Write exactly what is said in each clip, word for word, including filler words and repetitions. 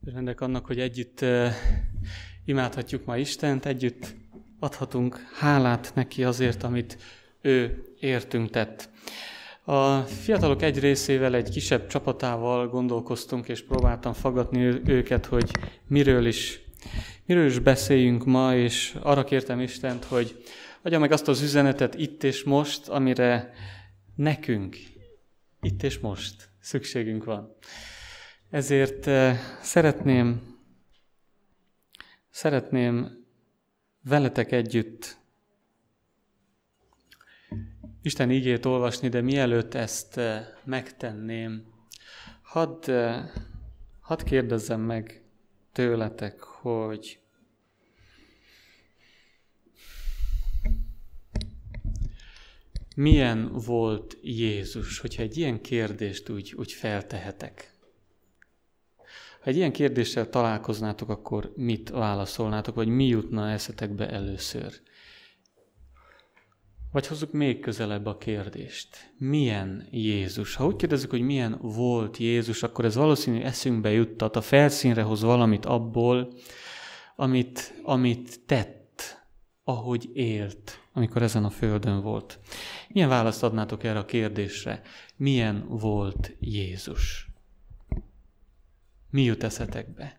Örvendek annak, hogy együtt uh, imádhatjuk ma Istent, együtt adhatunk hálát neki azért, amit ő értünk tett. A fiatalok egy részével, egy kisebb csapatával gondolkoztunk, és próbáltam faggatni őket, hogy miről is, miről is beszéljünk ma, és arra kértem Istent, hogy adja meg azt az üzenetet itt és most, amire nekünk itt és most szükségünk van. Ezért szeretném, szeretném veletek együtt Isten igét olvasni, de mielőtt ezt megtenném, hadd, hadd kérdezzem meg tőletek, hogy milyen volt Jézus, hogyha egy ilyen kérdést úgy, úgy feltehetek. Ha egy ilyen kérdéssel találkoznátok, akkor mit válaszolnátok, vagy mi jutna eszetekbe először? Vagy hozzuk még közelebb a kérdést. Milyen Jézus? Ha úgy kérdezzük, hogy milyen volt Jézus, akkor ez valószínű eszünkbe juttat, a felszínre hoz valamit abból, amit, amit tett, ahogy élt, amikor ezen a földön volt. Milyen választ adnátok erre a kérdésre? Milyen volt Jézus? Mi jut eszetekbe?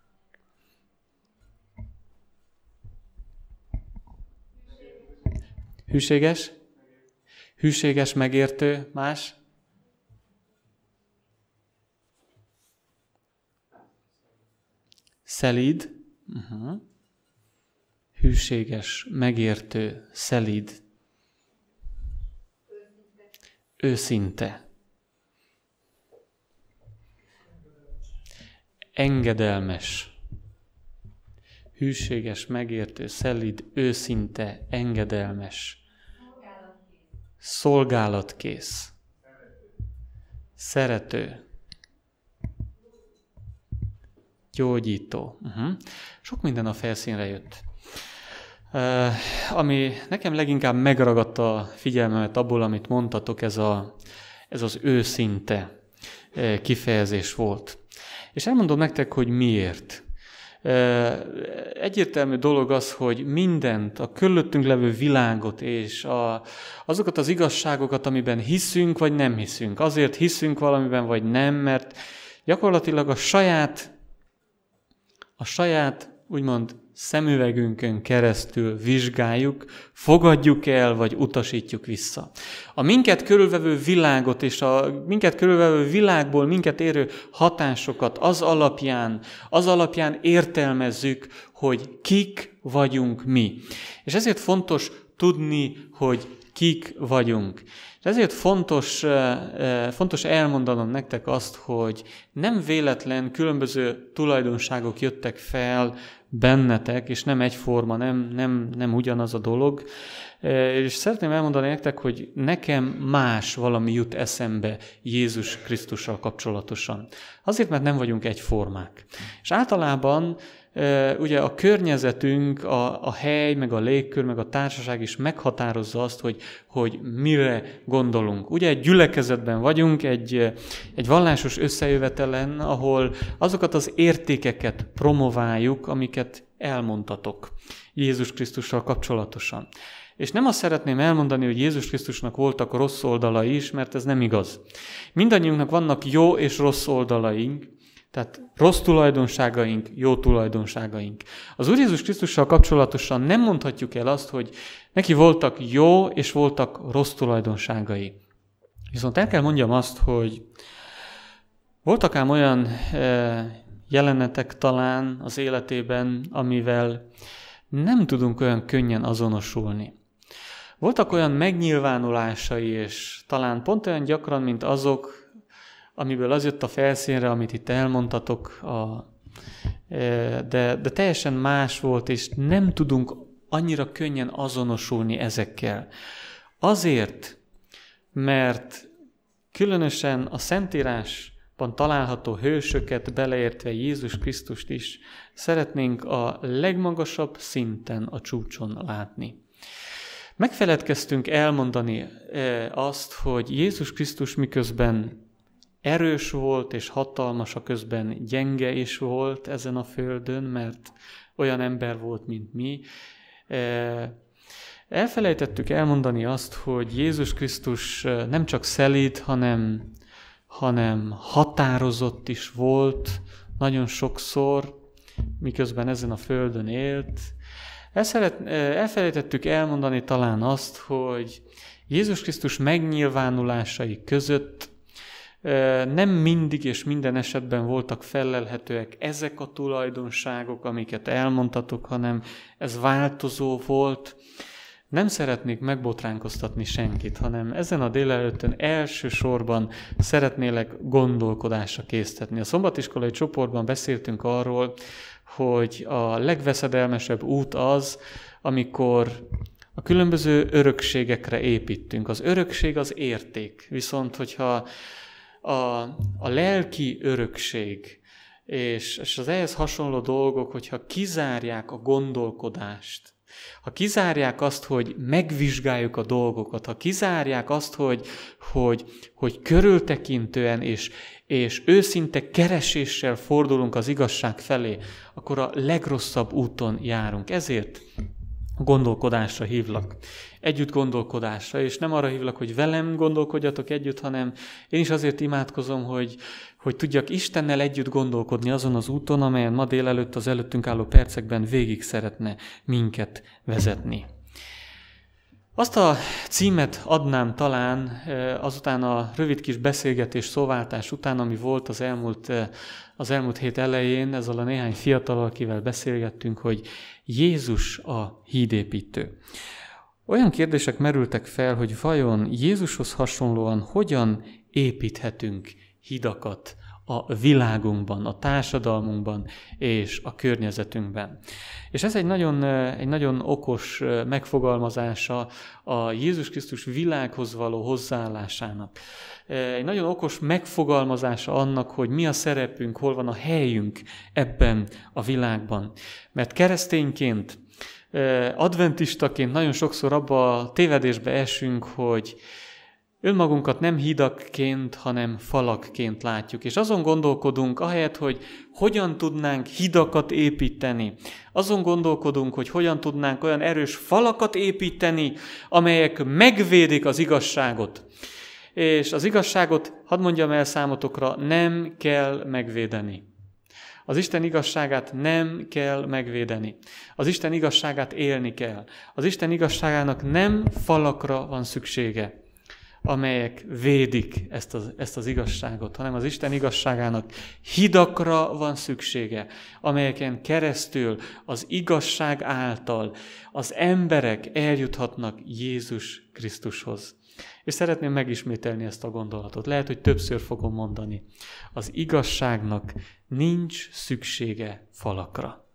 Hűséges? Hűséges, megértő, más? Szelíd? Uh-huh. Hűséges, megértő, szelíd. Őszinte. Engedelmes. Hűséges, megértő, szelíd, őszinte, engedelmes. Szolgálatkész. Szerető. Gyógyító. Uh-huh. Sok minden a felszínre jött. Uh, ami nekem leginkább megragadta a figyelmemet abból, amit mondtatok, ez, a, ez az őszinte uh, kifejezés volt. És elmondom nektek, hogy miért. Egyértelmű dolog az, hogy mindent, a körülöttünk levő világot és a, azokat az igazságokat, amiben hiszünk, vagy nem hiszünk. Azért hiszünk valamiben, vagy nem, mert gyakorlatilag a saját, a saját, úgymond szemüvegünkön keresztül vizsgáljuk, fogadjuk el, vagy utasítjuk vissza. A minket körülvevő világot és a minket körülvevő világból minket érő hatásokat az alapján, az alapján értelmezzük, hogy kik vagyunk mi. És ezért fontos tudni, hogy kik vagyunk. És ezért fontos, fontos elmondanom nektek azt, hogy nem véletlen különböző tulajdonságok jöttek fel bennetek, és nem egyforma, nem, nem, nem ugyanaz a dolog. És szeretném elmondani nektek, hogy nekem más valami jut eszembe Jézus Krisztussal kapcsolatosan. Azért, mert nem vagyunk egyformák. És általában ugye a környezetünk, a, a hely, meg a légkör, meg a társaság is meghatározza azt, hogy, hogy mire gondolunk. Ugye egy gyülekezetben vagyunk, egy, egy vallásos összejövetelen, ahol azokat az értékeket promováljuk, amiket elmondtatok Jézus Krisztussal kapcsolatosan. És nem azt szeretném elmondani, hogy Jézus Krisztusnak voltak rossz oldalai is, mert ez nem igaz. Mindannyiunknak vannak jó és rossz oldalaink, tehát rossz tulajdonságaink, jó tulajdonságaink. Az Úr Jézus Krisztussal kapcsolatosan nem mondhatjuk el azt, hogy neki voltak jó és voltak rossz tulajdonságai. Viszont el kell mondjam azt, hogy voltak ám olyan jelenetek talán az életében, amivel nem tudunk olyan könnyen azonosulni. Voltak olyan megnyilvánulásai, és talán pont olyan gyakran, mint azok, amiből az jött a felszínre, amit itt elmondtatok, a, de, de teljesen más volt, és nem tudunk annyira könnyen azonosulni ezekkel. Azért, mert különösen a Szentírásban található hősöket, beleértve Jézus Krisztust is, szeretnénk a legmagasabb szinten a csúcson látni. Megfeledkeztünk elmondani azt, hogy Jézus Krisztus miközben erős volt és hatalmas, a közben gyenge is volt ezen a földön, mert olyan ember volt, mint mi. Elfelejtettük elmondani azt, hogy Jézus Krisztus nem csak szelíd, hanem, hanem határozott is volt nagyon sokszor, miközben ezen a földön élt. Elfelejtettük elmondani talán azt, hogy Jézus Krisztus megnyilvánulásai között nem mindig és minden esetben voltak felelhetőek ezek a tulajdonságok, amiket elmondtatok, hanem ez változó volt. Nem szeretnék megbotránkoztatni senkit, hanem ezen a délelőttön elsősorban szeretnélek gondolkodásra késztetni. A szombatiskolai csoportban beszéltünk arról, hogy a legveszedelmesebb út az, amikor a különböző örökségekre építünk. Az örökség az érték, viszont hogyha a, a lelki örökség és, és az ehhez hasonló dolgok, hogyha kizárják a gondolkodást, ha kizárják azt, hogy megvizsgáljuk a dolgokat, ha kizárják azt, hogy, hogy, hogy körültekintően és, és őszinte kereséssel fordulunk az igazság felé, akkor a legrosszabb úton járunk. Ezért gondolkodásra hívlak. Együtt gondolkodásra, és nem arra hívlak, hogy velem gondolkodjatok együtt, hanem én is azért imádkozom, hogy, hogy tudjak Istennel együtt gondolkodni azon az úton, amelyen ma délelőtt az előttünk álló percekben végig szeretne minket vezetni. Azt a címet adnám talán azután a rövid kis beszélgetés, szóváltás után, ami volt az elmúlt, az elmúlt hét elején, ezzel a néhány fiatallal, akivel beszélgettünk, hogy Jézus a hídépítő. Olyan kérdések merültek fel, hogy vajon Jézushoz hasonlóan hogyan építhetünk hidakat a világunkban, a társadalmunkban és a környezetünkben. És ez egy nagyon, egy nagyon okos megfogalmazása a Jézus Krisztus világhoz való hozzáállásának. Egy nagyon okos megfogalmazása annak, hogy mi a szerepünk, hol van a helyünk ebben a világban. Mert keresztényként, adventistaként nagyon sokszor abba a tévedésbe esünk, hogy önmagunkat nem hidakként, hanem falakként látjuk. És azon gondolkodunk, ahelyett, hogy hogyan tudnánk hidakat építeni. Azon gondolkodunk, hogy hogyan tudnánk olyan erős falakat építeni, amelyek megvédik az igazságot. És az igazságot, hadd mondjam el számotokra, nem kell megvédeni. Az Isten igazságát nem kell megvédeni. Az Isten igazságát élni kell. Az Isten igazságának nem falakra van szüksége, amelyek védik ezt az, ezt az igazságot, hanem az Isten igazságának hidakra van szüksége, amelyeken keresztül az igazság által az emberek eljuthatnak Jézus Krisztushoz. És szeretném megismételni ezt a gondolatot. Lehet, hogy többször fogom mondani. Az igazságnak nincs szüksége falakra.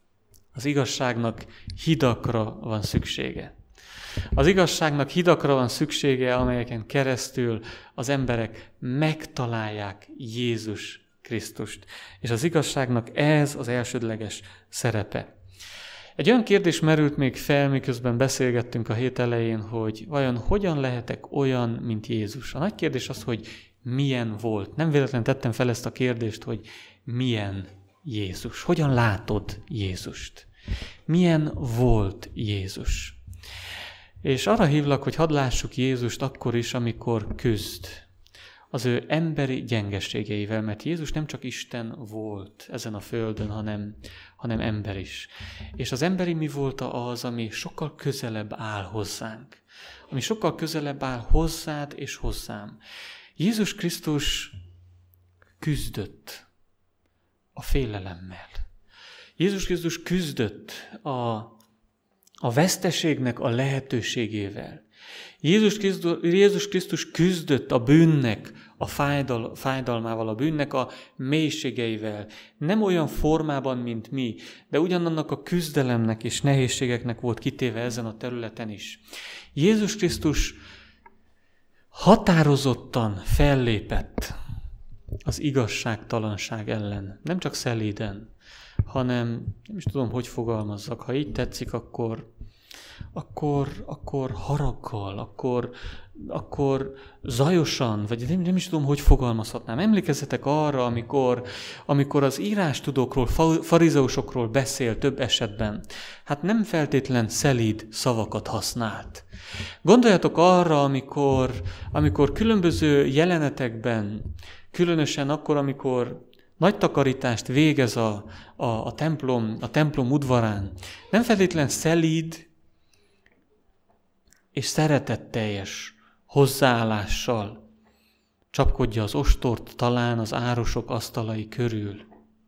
Az igazságnak hidakra van szüksége. Az igazságnak hidakra van szüksége, amelyeken keresztül az emberek megtalálják Jézus Krisztust. És az igazságnak ez az elsődleges szerepe. Egy olyan kérdés merült még fel, miközben beszélgettünk a hét elején, hogy vajon hogyan lehetek olyan, mint Jézus. A nagy kérdés az, hogy milyen volt. Nem véletlenül tettem fel ezt a kérdést, hogy milyen Jézus. Hogyan látod Jézust? Milyen volt Jézus? És arra hívlak, hogy hadd lássuk Jézust akkor is, amikor küzd az ő emberi gyengeségeivel, mert Jézus nem csak Isten volt ezen a földön, hanem, hanem ember is. És az emberi mi volt az, ami sokkal közelebb áll hozzánk, ami sokkal közelebb áll hozzád és hozzám. Jézus Krisztus küzdött a félelemmel. Jézus Krisztus küzdött a a veszteségnek a lehetőségével. Jézus Krisztus, Jézus Krisztus küzdött a bűnnek a fájdal, fájdalmával, a bűnnek a mélységeivel. Nem olyan formában, mint mi, de ugyanannak a küzdelemnek és nehézségeknek volt kitéve ezen a területen is. Jézus Krisztus határozottan fellépett az igazságtalanság ellen. Nem csak szelíden, hanem nem is tudom, hogy fogalmazzak. Ha így tetszik, akkor akkor, akkor haraggal, akkor, akkor zajosan, vagy nem, nem is tudom, hogy fogalmazhatnám. Emlékezzetek arra, amikor, amikor az írástudókról, farizeusokról beszél több esetben. Hát nem feltétlen szelíd szavakat használt. Gondoljatok arra, amikor, amikor különböző jelenetekben, különösen akkor, amikor nagy takarítást végez a, a, a, templom, a templom udvarán, nem feltétlen szelíd és szeretetteljes hozzáállással csapkodja az ostort talán az árusok asztalai körül,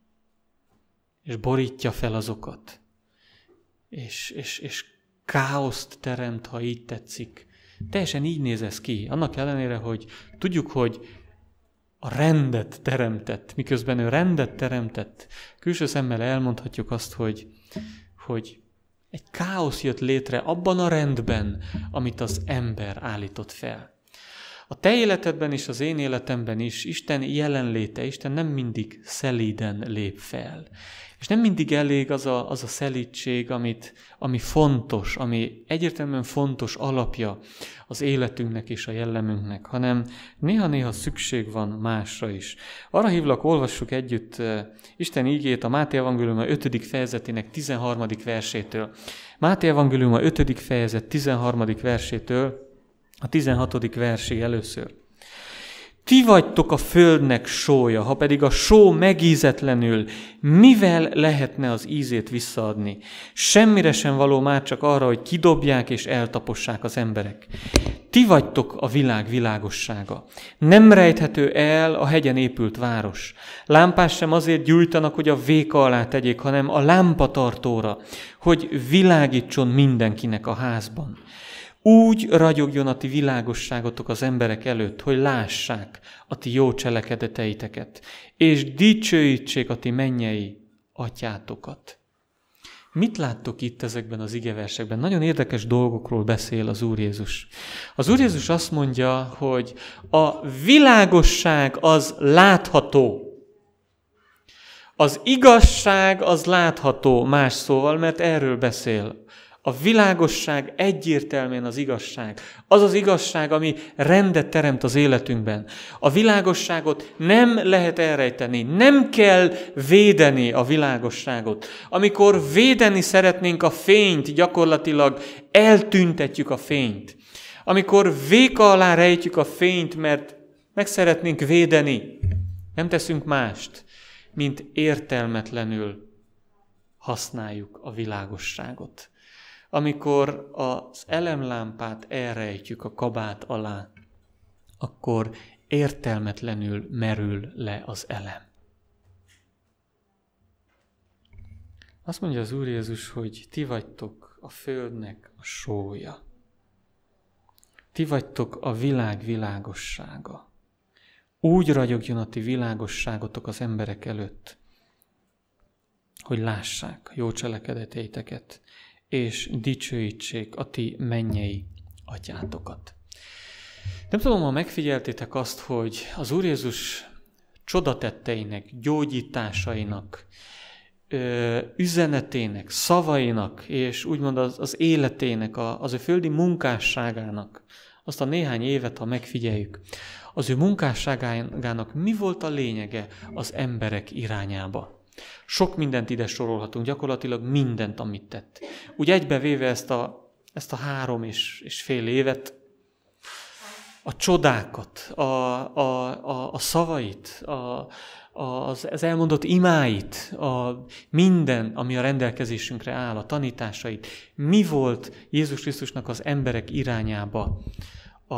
és borítja fel azokat, és, és, és káoszt teremt, ha így tetszik. Teljesen így néz ez ki, annak ellenére, hogy tudjuk, hogy a rendet teremtett, miközben ő rendet teremtett, külső szemmel elmondhatjuk azt, hogy, hogy egy káosz jött létre abban a rendben, amit az ember állított fel. A te életedben és az én életemben is Isten jelenléte, Isten nem mindig szelíden lép fel. És nem mindig elég az a, az a szelídség, amit, ami fontos, ami egyértelműen fontos alapja az életünknek és a jellemünknek, hanem néha-néha szükség van másra is. Arra hívlak, olvassuk együtt uh, Isten ígét a Máté evangéliuma ötödik fejezetének tizenharmadik versétől. Máté evangéliuma ötödik fejezet tizenharmadik versétől a tizenhatodik versig először. Ti vagytok a földnek sója, ha pedig a só megízetlenül, mivel lehetne az ízét visszaadni? Semmire sem való már, csak arra, hogy kidobják és eltapossák az emberek. Ti vagytok a világ világossága. Nem rejthető el a hegyen épült város. Lámpás sem azért gyújtanak, hogy a véka alá tegyék, hanem a lámpatartóra, hogy világítson mindenkinek a házban. Úgy ragyogjon a ti világosságotok az emberek előtt, hogy lássák a ti jó cselekedeteiteket, és dicsőítsék a ti mennyei atyátokat. Mit láttok itt ezekben az igeversekben? Nagyon érdekes dolgokról beszél az Úr Jézus. Az Úr Jézus azt mondja, hogy a világosság az látható. Az igazság az látható, más szóval, mert erről beszél. A világosság egyértelműen az igazság. Az az igazság, ami rendet teremt az életünkben. A világosságot nem lehet elrejteni, nem kell védeni a világosságot. Amikor védeni szeretnénk a fényt, gyakorlatilag eltüntetjük a fényt. Amikor véka alá rejtjük a fényt, mert meg szeretnénk védeni, nem teszünk mást, mint értelmetlenül használjuk a világosságot. Amikor az elemlámpát elrejtjük a kabát alá, akkor értelmetlenül merül le az elem. Azt mondja az Úr Jézus, hogy ti vagytok a földnek a sója. Ti vagytok a világ világossága. Úgy ragyogjon a ti világosságotok az emberek előtt, hogy lássák a jó cselekedeteiteket, és dicsőítsék a ti mennyei atyátokat. Nem tudom, ha megfigyeltétek azt, hogy az Úr Jézus csodatetteinek, gyógyításainak, üzenetének, szavainak, és úgymond az, az életének, az ő földi munkásságának, azt a néhány évet, ha megfigyeljük, az ő munkásságának mi volt a lényege az emberek irányába? Sok mindent ide sorolhatunk, gyakorlatilag mindent, amit tett. Úgy egybevéve ezt a, ezt a három és, és fél évet, a csodákat, a, a, a, a szavait, a, a, az elmondott imáit, a minden, ami a rendelkezésünkre áll, a tanításait, mi volt Jézus Krisztusnak az emberek irányába a,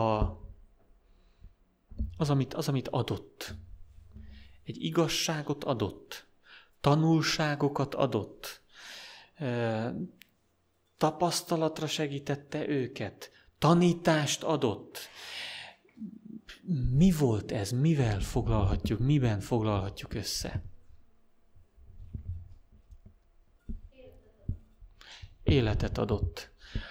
az, amit, az, amit adott. Egy igazságot adott. Tanulságokat adott, tapasztalatra segítette őket, tanítást adott. Mi volt ez? Mivel foglalhatjuk? Miben foglalhatjuk össze? Életet adott.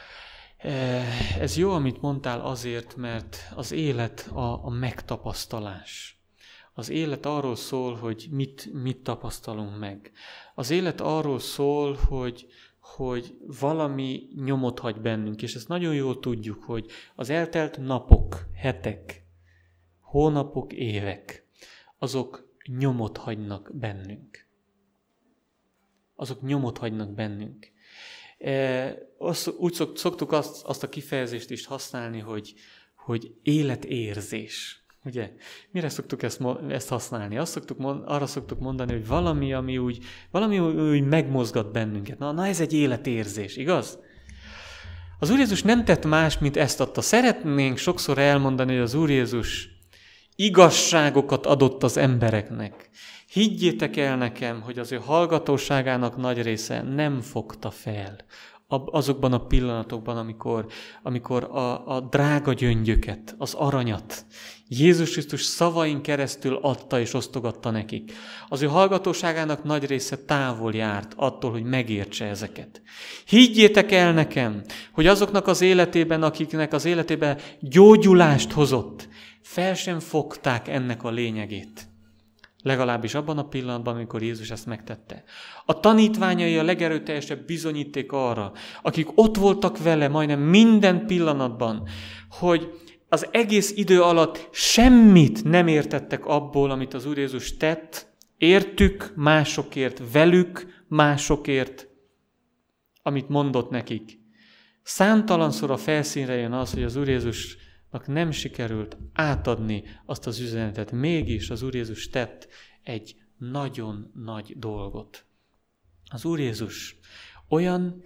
Ez jó, amit mondtál azért, mert az élet a, a megtapasztalás. Az élet arról szól, hogy mit, mit tapasztalunk meg. Az élet arról szól, hogy, hogy valami nyomot hagy bennünk, és ezt nagyon jól tudjuk, hogy az eltelt napok, hetek, hónapok, évek, azok nyomot hagynak bennünk. Azok nyomot hagynak bennünk. E, azt, úgy szok, szoktuk azt, azt a kifejezést is használni, hogy, hogy életérzés. Ugye? Mire szoktuk ezt, ezt használni? Azt szoktuk, arra szoktuk mondani, hogy valami, ami úgy, valami úgy megmozgat bennünket. Na, na, ez egy életérzés, igaz? Az Úr Jézus nem tett más, mint ezt adta. Szeretnénk sokszor elmondani, hogy az Úr Jézus igazságokat adott az embereknek. Higgyétek el nekem, hogy az ő hallgatóságának nagy része nem fogta fel azokban a pillanatokban, amikor, amikor a, a drága gyöngyöket, az aranyat Jézus Krisztus szavain keresztül adta és osztogatta nekik. Az ő hallgatóságának nagy része távol járt attól, hogy megértse ezeket. Higgyétek el nekem, hogy azoknak az életében, akiknek az életében gyógyulást hozott, fel sem fogták ennek a lényegét. Legalábbis abban a pillanatban, amikor Jézus ezt megtette. A tanítványai a legerőteljesebb bizonyíték arra, akik ott voltak vele majdnem minden pillanatban, hogy az egész idő alatt semmit nem értettek abból, amit az Úr Jézus tett, értük másokért, velük másokért, amit mondott nekik. Számtalanszor a felszínre jön az, hogy az Úr Jézusnak nem sikerült átadni azt az üzenetet. Mégis az Úr Jézus tett egy nagyon nagy dolgot. Az Úr Jézus olyan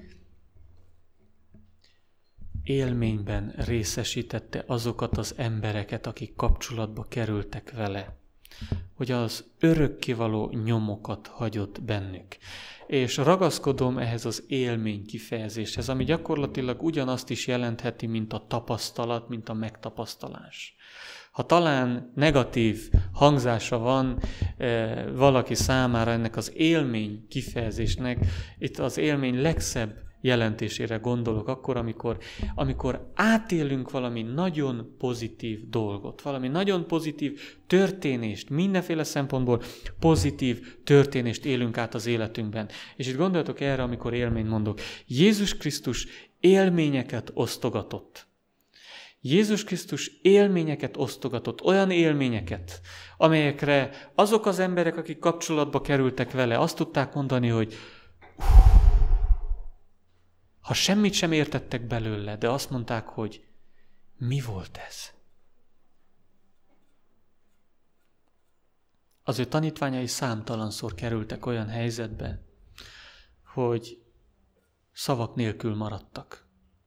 élményben részesítette azokat az embereket, akik kapcsolatba kerültek vele, hogy az örökkévaló nyomokat hagyott bennük. És ragaszkodom ehhez az élmény kifejezéshez, ami gyakorlatilag ugyanazt is jelentheti, mint a tapasztalat, mint a megtapasztalás. Ha talán negatív hangzása van e, valaki számára ennek az élmény kifejezésnek, itt az élmény legszebb jelentésére gondolok akkor, amikor, amikor átélünk valami nagyon pozitív dolgot, valami nagyon pozitív történést, mindenféle szempontból pozitív történést élünk át az életünkben. És itt gondoljatok erre, amikor élményt mondok. Jézus Krisztus élményeket osztogatott. Jézus Krisztus élményeket osztogatott, olyan élményeket, amelyekre azok az emberek, akik kapcsolatba kerültek vele, azt tudták mondani, hogy ha semmit sem értettek belőle, de azt mondták, hogy mi volt ez? Az ő tanítványai számtalanszor kerültek olyan helyzetbe, hogy szavak nélkül maradtak.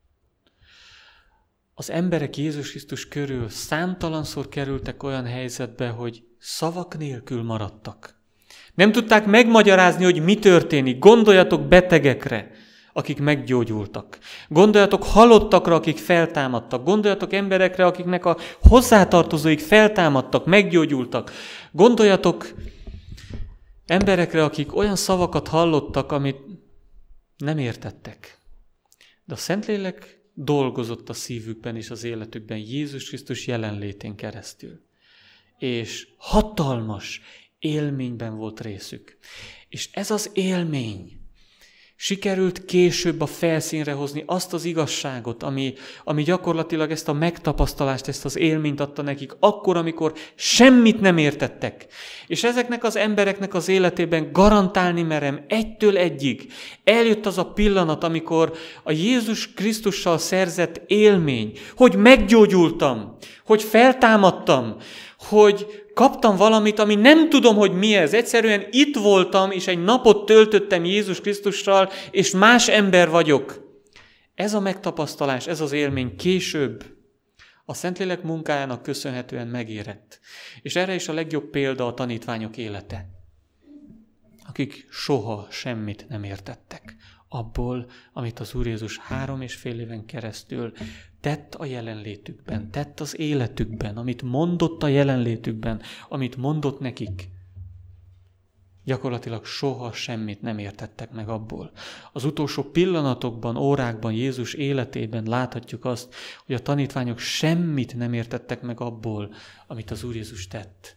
Az emberek Jézus Krisztus körül számtalanszor kerültek olyan helyzetbe, hogy szavak nélkül maradtak. Nem tudták megmagyarázni, hogy mi történik. Gondoljatok betegekre, akik meggyógyultak. Gondoljatok halottakra, akik feltámadtak. Gondoljatok emberekre, akiknek a hozzátartozóik feltámadtak, meggyógyultak. Gondoljatok emberekre, akik olyan szavakat hallottak, amit nem értettek. De a Szentlélek dolgozott a szívükben és az életükben Jézus Krisztus jelenlétén keresztül. És hatalmas élményben volt részük. És ez az élmény sikerült később a felszínre hozni azt az igazságot, ami, ami gyakorlatilag ezt a megtapasztalást, ezt az élményt adta nekik, akkor, amikor semmit nem értettek. És ezeknek az embereknek az életében garantálni merem egytől egyig. Eljött az a pillanat, amikor a Jézus Krisztussal szerzett élmény, hogy meggyógyultam, hogy feltámadtam, hogy kaptam valamit, ami nem tudom, hogy mi ez. Egyszerűen itt voltam, és egy napot töltöttem Jézus Krisztussal, és más ember vagyok. Ez a megtapasztalás, ez az élmény később a Szentlélek munkájának köszönhetően megérett. És erre is a legjobb példa a tanítványok élete, akik soha semmit nem értettek abból, amit az Úr Jézus három és fél éven keresztül tett a jelenlétükben, tett az életükben, amit mondott a jelenlétükben, amit mondott nekik. Gyakorlatilag soha semmit nem értettek meg abból. Az utolsó pillanatokban, órákban, Jézus életében láthatjuk azt, hogy a tanítványok semmit nem értettek meg abból, amit az Úr Jézus tett,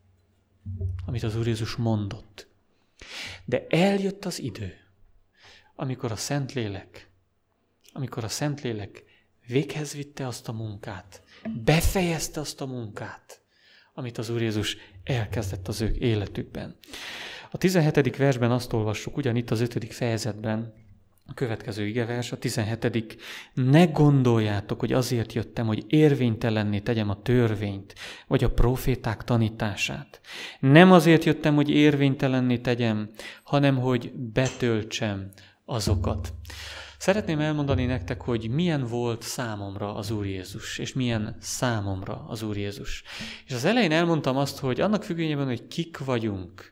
amit az Úr Jézus mondott. De eljött az idő, amikor a Szentlélek, amikor a Szentlélek véghez vitte azt a munkát, befejezte azt a munkát, amit az Úr Jézus elkezdett az ő életükben. A tizenhetedik versben azt olvassuk, ugyanitt az ötödik fejezetben, a következő igevers, a tizenhetedik Ne gondoljátok, hogy azért jöttem, hogy érvénytelenné tegyem a törvényt, vagy a proféták tanítását. Nem azért jöttem, hogy érvénytelenné tegyem, hanem hogy betöltsem azokat. Szeretném elmondani nektek, hogy milyen volt számomra az Úr Jézus, és milyen számomra az Úr Jézus. És az elején elmondtam azt, hogy annak függvényében, hogy kik vagyunk,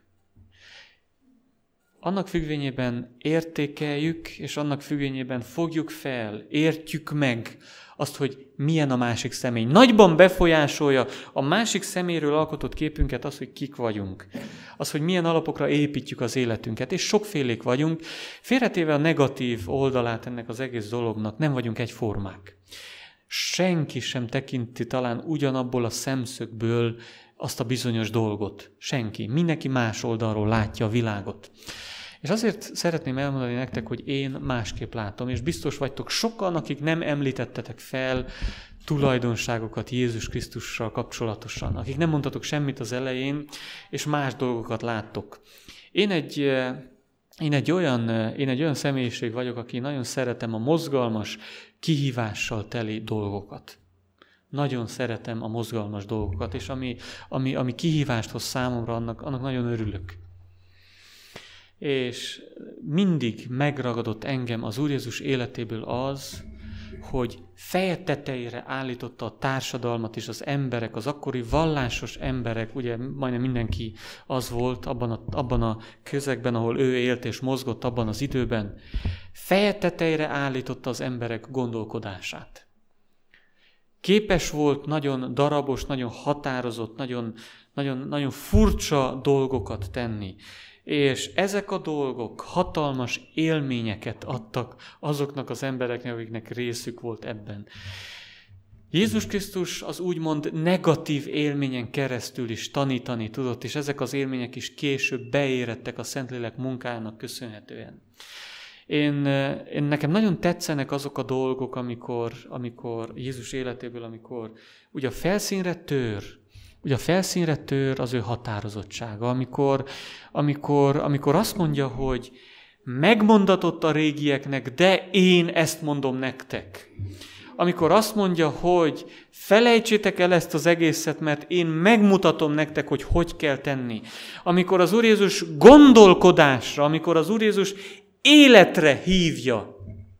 annak függvényében értékeljük, és annak függvényében fogjuk fel, értjük meg azt, hogy milyen a másik személy. Nagyban befolyásolja a másik személyről alkotott képünket az, hogy kik vagyunk. Az, hogy milyen alapokra építjük az életünket, és sokfélék vagyunk. Félretéve a negatív oldalát ennek az egész dolognak, nem vagyunk egyformák. Senki sem tekinti talán ugyanabból a szemszögből azt a bizonyos dolgot. Senki. Mindenki más oldalról látja a világot. És azért szeretném elmondani nektek, hogy én másképp látom, és biztos vagytok sokan, akik nem említettetek fel tulajdonságokat Jézus Krisztussal kapcsolatosan, akik nem mondtatok semmit az elején, és más dolgokat láttok. Én egy, én egy, olyan, én egy olyan személyiség vagyok, aki nagyon szeretem a mozgalmas, kihívással teli dolgokat. Nagyon szeretem a mozgalmas dolgokat, és ami, ami, ami kihívást hoz számomra, annak, annak nagyon örülök. És mindig megragadott engem az Úr Jézus életéből az, hogy feje tetejére állította a társadalmat és az emberek, az akkori vallásos emberek, ugye majdnem mindenki az volt abban a, abban a közegben, ahol ő élt és mozgott abban az időben, feje tetejére állította az emberek gondolkodását. Képes volt nagyon darabos, nagyon határozott, nagyon, nagyon, nagyon furcsa dolgokat tenni. És ezek a dolgok hatalmas élményeket adtak azoknak az embereknek, akiknek részük volt ebben. Jézus Krisztus az úgymond negatív élményen keresztül is tanítani tudott, és ezek az élmények is később beérettek a Szentlélek munkájának köszönhetően. Én, én nekem nagyon tetszenek azok a dolgok, amikor, amikor Jézus életéből, amikor ugye a felszínre tör, Ugye a felszínre tör az ő határozottsága, amikor, amikor, amikor azt mondja, hogy megmondatott a régieknek, de én ezt mondom nektek. Amikor azt mondja, hogy felejtsétek el ezt az egészet, mert én megmutatom nektek, hogy hogy kell tenni. Amikor az Úr Jézus gondolkodásra, amikor az Úr Jézus életre hívja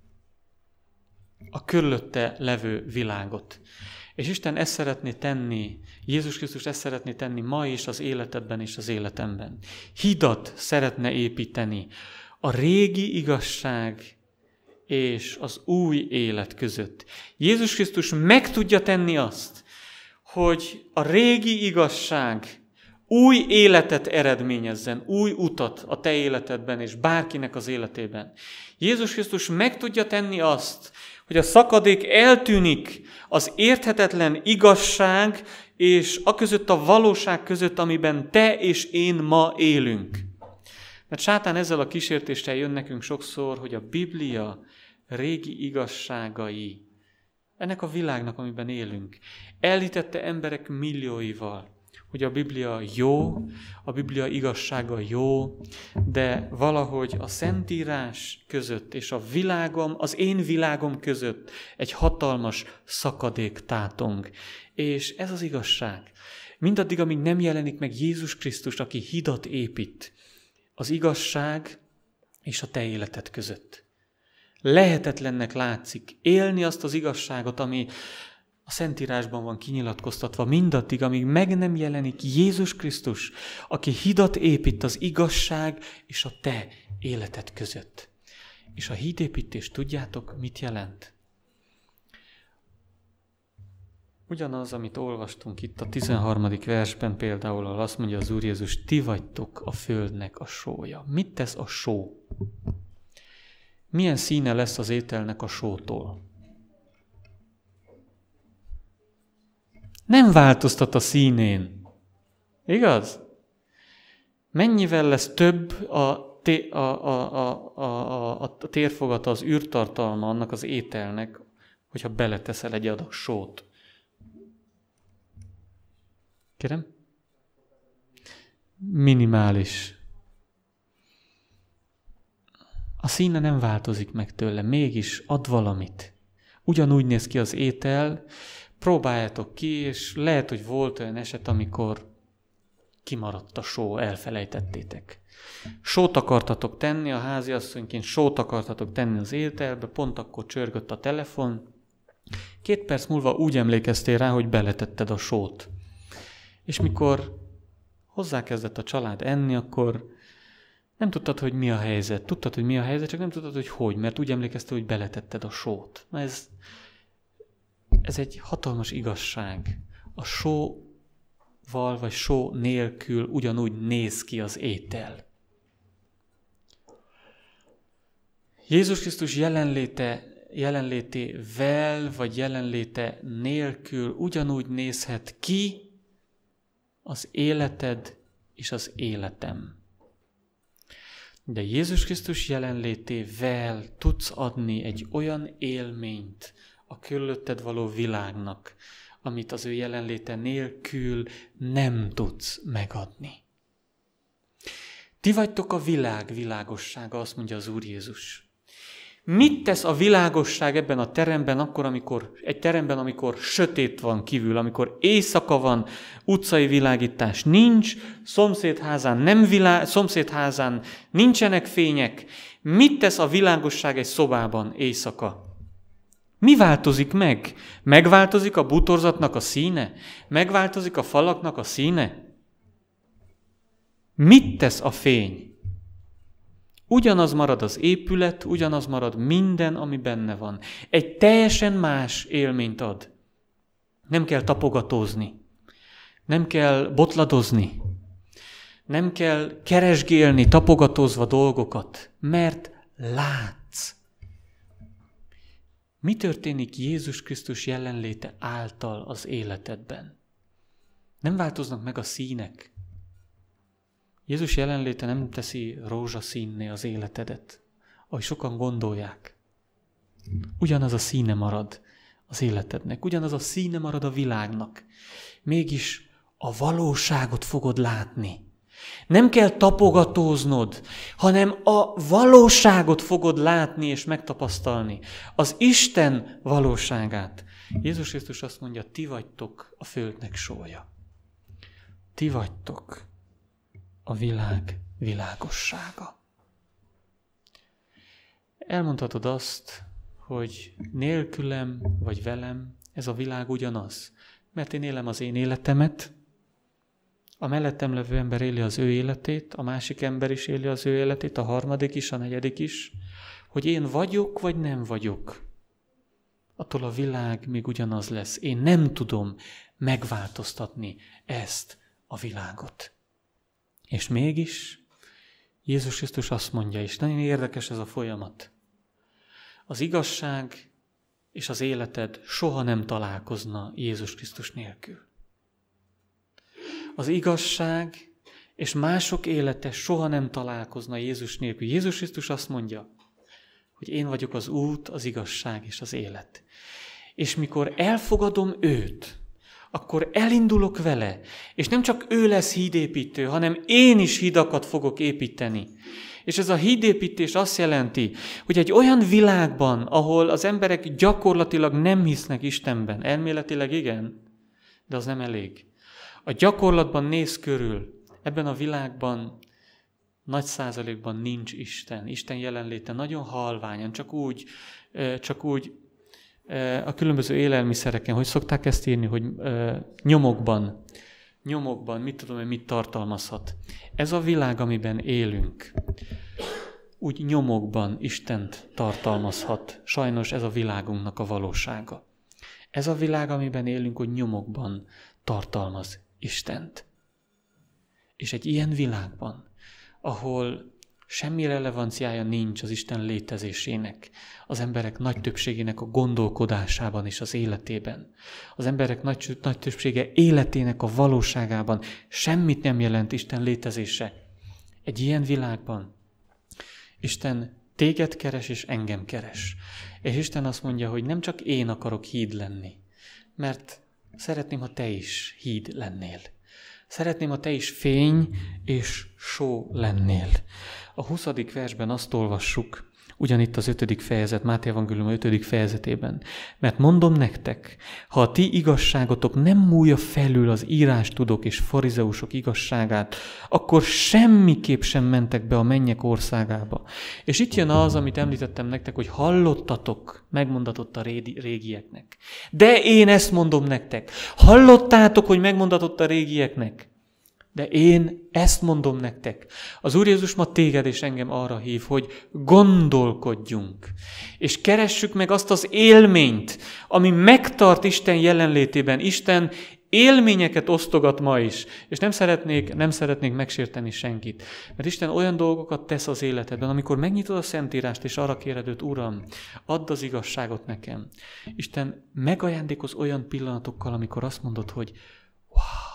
a körülötte levő világot. És Isten ezt szeretné tenni, Jézus Krisztus ezt szeretné tenni ma is az életedben és az életemben. Hidat szeretne építeni a régi igazság és az új élet között. Jézus Krisztus meg tudja tenni azt, hogy a régi igazság új életet eredményezzen, új utat a te életedben és bárkinek az életében. Jézus Krisztus meg tudja tenni azt, hogy a szakadék eltűnik az érthetetlen igazság és aközött a valóság között, amiben te és én ma élünk. Mert sátán ezzel a kísértéssel jön nekünk sokszor, hogy a Biblia régi igazságai, ennek a világnak, amiben élünk, elhitette emberek millióival, hogy a Biblia jó, a Biblia igazsága jó, de valahogy a Szentírás között és a világom, az én világom között egy hatalmas szakadék tátong. És ez az igazság. Mindaddig, amíg nem jelenik meg Jézus Krisztus, aki hidat épít az igazság és a te életed között. Lehetetlennek látszik élni azt az igazságot, ami a Szentírásban van kinyilatkoztatva, mindaddig, amíg meg nem jelenik Jézus Krisztus, aki hidat épít az igazság és a te életed között. És a hídépítés, tudjátok, mit jelent? Ugyanaz, amit olvastunk itt a tizenharmadik versben például, ahol azt mondja az Úr Jézus, ti vagytok a földnek a sója. Mit tesz a só? Milyen színe lesz az ételnek a sótól? Nem változtat a színén. Igaz? Mennyivel lesz több a té, a, a, a, a, a térfogata, az űrtartalma annak az ételnek, hogyha beleteszel egy adag sót. Kérem? Minimális. A színe nem változik meg tőle, mégis ad valamit. Ugyanúgy néz ki az étel, próbáljátok ki, és lehet, hogy volt olyan eset, amikor kimaradt a só, elfelejtettétek. Sót akartatok tenni, a háziasszonyként sót akartatok tenni az ételbe, pont akkor csörgött a telefon. Két perc múlva úgy emlékeztél rá, hogy beletetted a sót. És mikor hozzákezdett a család enni, akkor nem tudtad, hogy mi a helyzet. Tudtad, hogy mi a helyzet, csak nem tudtad, hogy hogy, mert úgy emlékeztél, hogy beletetted a sót. Na ez, ez egy hatalmas igazság. A sóval vagy só nélkül ugyanúgy néz ki az étel. Jézus Krisztus jelenléte, jelenlétével vagy jelenléte nélkül ugyanúgy nézhet ki az életed és az életem. De Jézus Krisztus jelenlétével tudsz adni egy olyan élményt a körülötted való világnak, amit az ő jelenléte nélkül nem tudsz megadni. Ti vagytok a világ világossága, azt mondja az Úr Jézus. Mit tesz a világosság ebben a teremben, akkor, amikor, egy teremben, amikor sötét van kívül, amikor éjszaka van, utcai világítás nincs, szomszédházán, nem világ, szomszédházán nincsenek fények. Mit tesz a világosság egy szobában éjszaka? Mi változik meg? Megváltozik a bútorzatnak a színe? Megváltozik a falaknak a színe? Mit tesz a fény? Ugyanaz marad az épület, ugyanaz marad minden, ami benne van. Egy teljesen más élményt ad. Nem kell tapogatózni, nem kell botladozni, nem kell keresgélni, tapogatózva dolgokat, mert látsz. Mi történik Jézus Krisztus jelenléte által az életedben? Nem változnak meg a színek. Jézus jelenléte nem teszi rózsaszínné az életedet, ahogy sokan gondolják. Ugyanaz a színe marad az életednek, ugyanaz a színe marad a világnak. Mégis a valóságot fogod látni. Nem kell tapogatóznod, hanem a valóságot fogod látni és megtapasztalni. Az Isten valóságát. Jézus Krisztus azt mondja, ti vagytok a földnek sója. Ti vagytok a világ világossága. Elmondhatod azt, hogy nélkülem vagy velem ez a világ ugyanaz. Mert én élem az én életemet, a mellettem levő ember éli az ő életét, a másik ember is éli az ő életét, a harmadik is, a negyedik is, hogy én vagyok vagy nem vagyok. Attól a világ még ugyanaz lesz. Én nem tudom megváltoztatni ezt a világot. És mégis Jézus Krisztus azt mondja, és nagyon érdekes ez a folyamat. Az igazság és az életed soha nem találkozna Jézus Krisztus nélkül. Az igazság és mások élete soha nem találkozna Jézus nélkül. Jézus Krisztus azt mondja, hogy én vagyok az út, az igazság és az élet. És mikor elfogadom őt, akkor elindulok vele, és nem csak ő lesz hídépítő, hanem én is hidakat fogok építeni. És ez a hídépítés azt jelenti, hogy egy olyan világban, ahol az emberek gyakorlatilag nem hisznek Istenben, elméletileg igen, de az nem elég. A gyakorlatban néz körül, ebben a világban nagy százalékban nincs Isten. Isten jelenléte nagyon halványan, csak úgy, csak úgy a különböző élelmiszereken, hogy szokták ezt írni, hogy nyomokban, nyomokban, mit tudom én, mit tartalmazhat. Ez a világ, amiben élünk, úgy nyomokban Istent tartalmazhat. Sajnos ez a világunknak a valósága. Ez a világ, amiben élünk, hogy nyomokban tartalmaz Istent. És egy ilyen világban, ahol semmi relevanciája nincs az Isten létezésének, az emberek nagy többségének a gondolkodásában és az életében, az emberek nagy, nagy többsége életének a valóságában semmit nem jelent Isten létezése. Egy ilyen világban Isten téged keres, és engem keres. És Isten azt mondja, hogy nem csak én akarok híd lenni, mert szeretném, ha te is híd lennél. Szeretném, ha te is fény és só lennél. A huszadik versben azt olvassuk, ugyanitt az ötödik fejezet, Máté evangélium ötödik fejezetében. Mert mondom nektek, ha a ti igazságotok nem múlja felül az írástudók és farizeusok igazságát, akkor semmiképp sem mentek be a mennyek országába. És itt jön az, amit említettem nektek, hogy hallottatok, megmondatott a régieknek. De én ezt mondom nektek. Hallottátok, hogy megmondatott a régieknek. De én ezt mondom nektek. Az Úr Jézus ma téged és engem arra hív, hogy gondolkodjunk. És keressük meg azt az élményt, ami megtart Isten jelenlétében. Isten élményeket osztogat ma is. És nem szeretnék, nem szeretnék megsérteni senkit. Mert Isten olyan dolgokat tesz az életedben, amikor megnyitod a Szentírást, és arra kéred őt, Uram, add az igazságot nekem. Isten megajándékoz olyan pillanatokkal, amikor azt mondod, hogy wow.